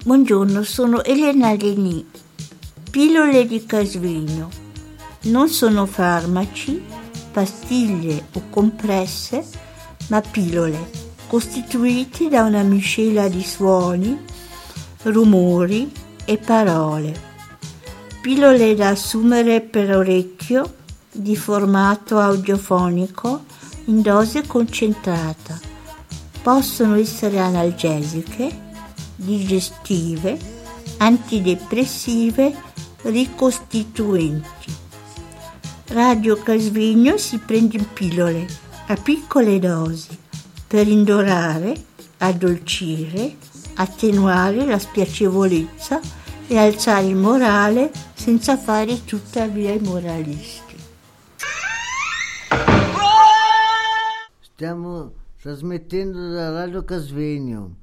Buongiorno, sono Elena Leni. Pillole di Casvegno. Non sono farmaci, pastiglie o compresse, ma pillole costituite da una miscela di suoni, rumori e parole. Pillole da assumere per orecchio, di formato audiofonico, in dose concentrata. Possono essere analgesiche, digestive, antidepressive, ricostituenti. Radio Casvegno si prende in pillole a piccole dosi per indorare, addolcire, attenuare la spiacevolezza e alzare il morale senza fare tuttavia i moralisti. Stiamo trasmettendo da Radio Casvegno.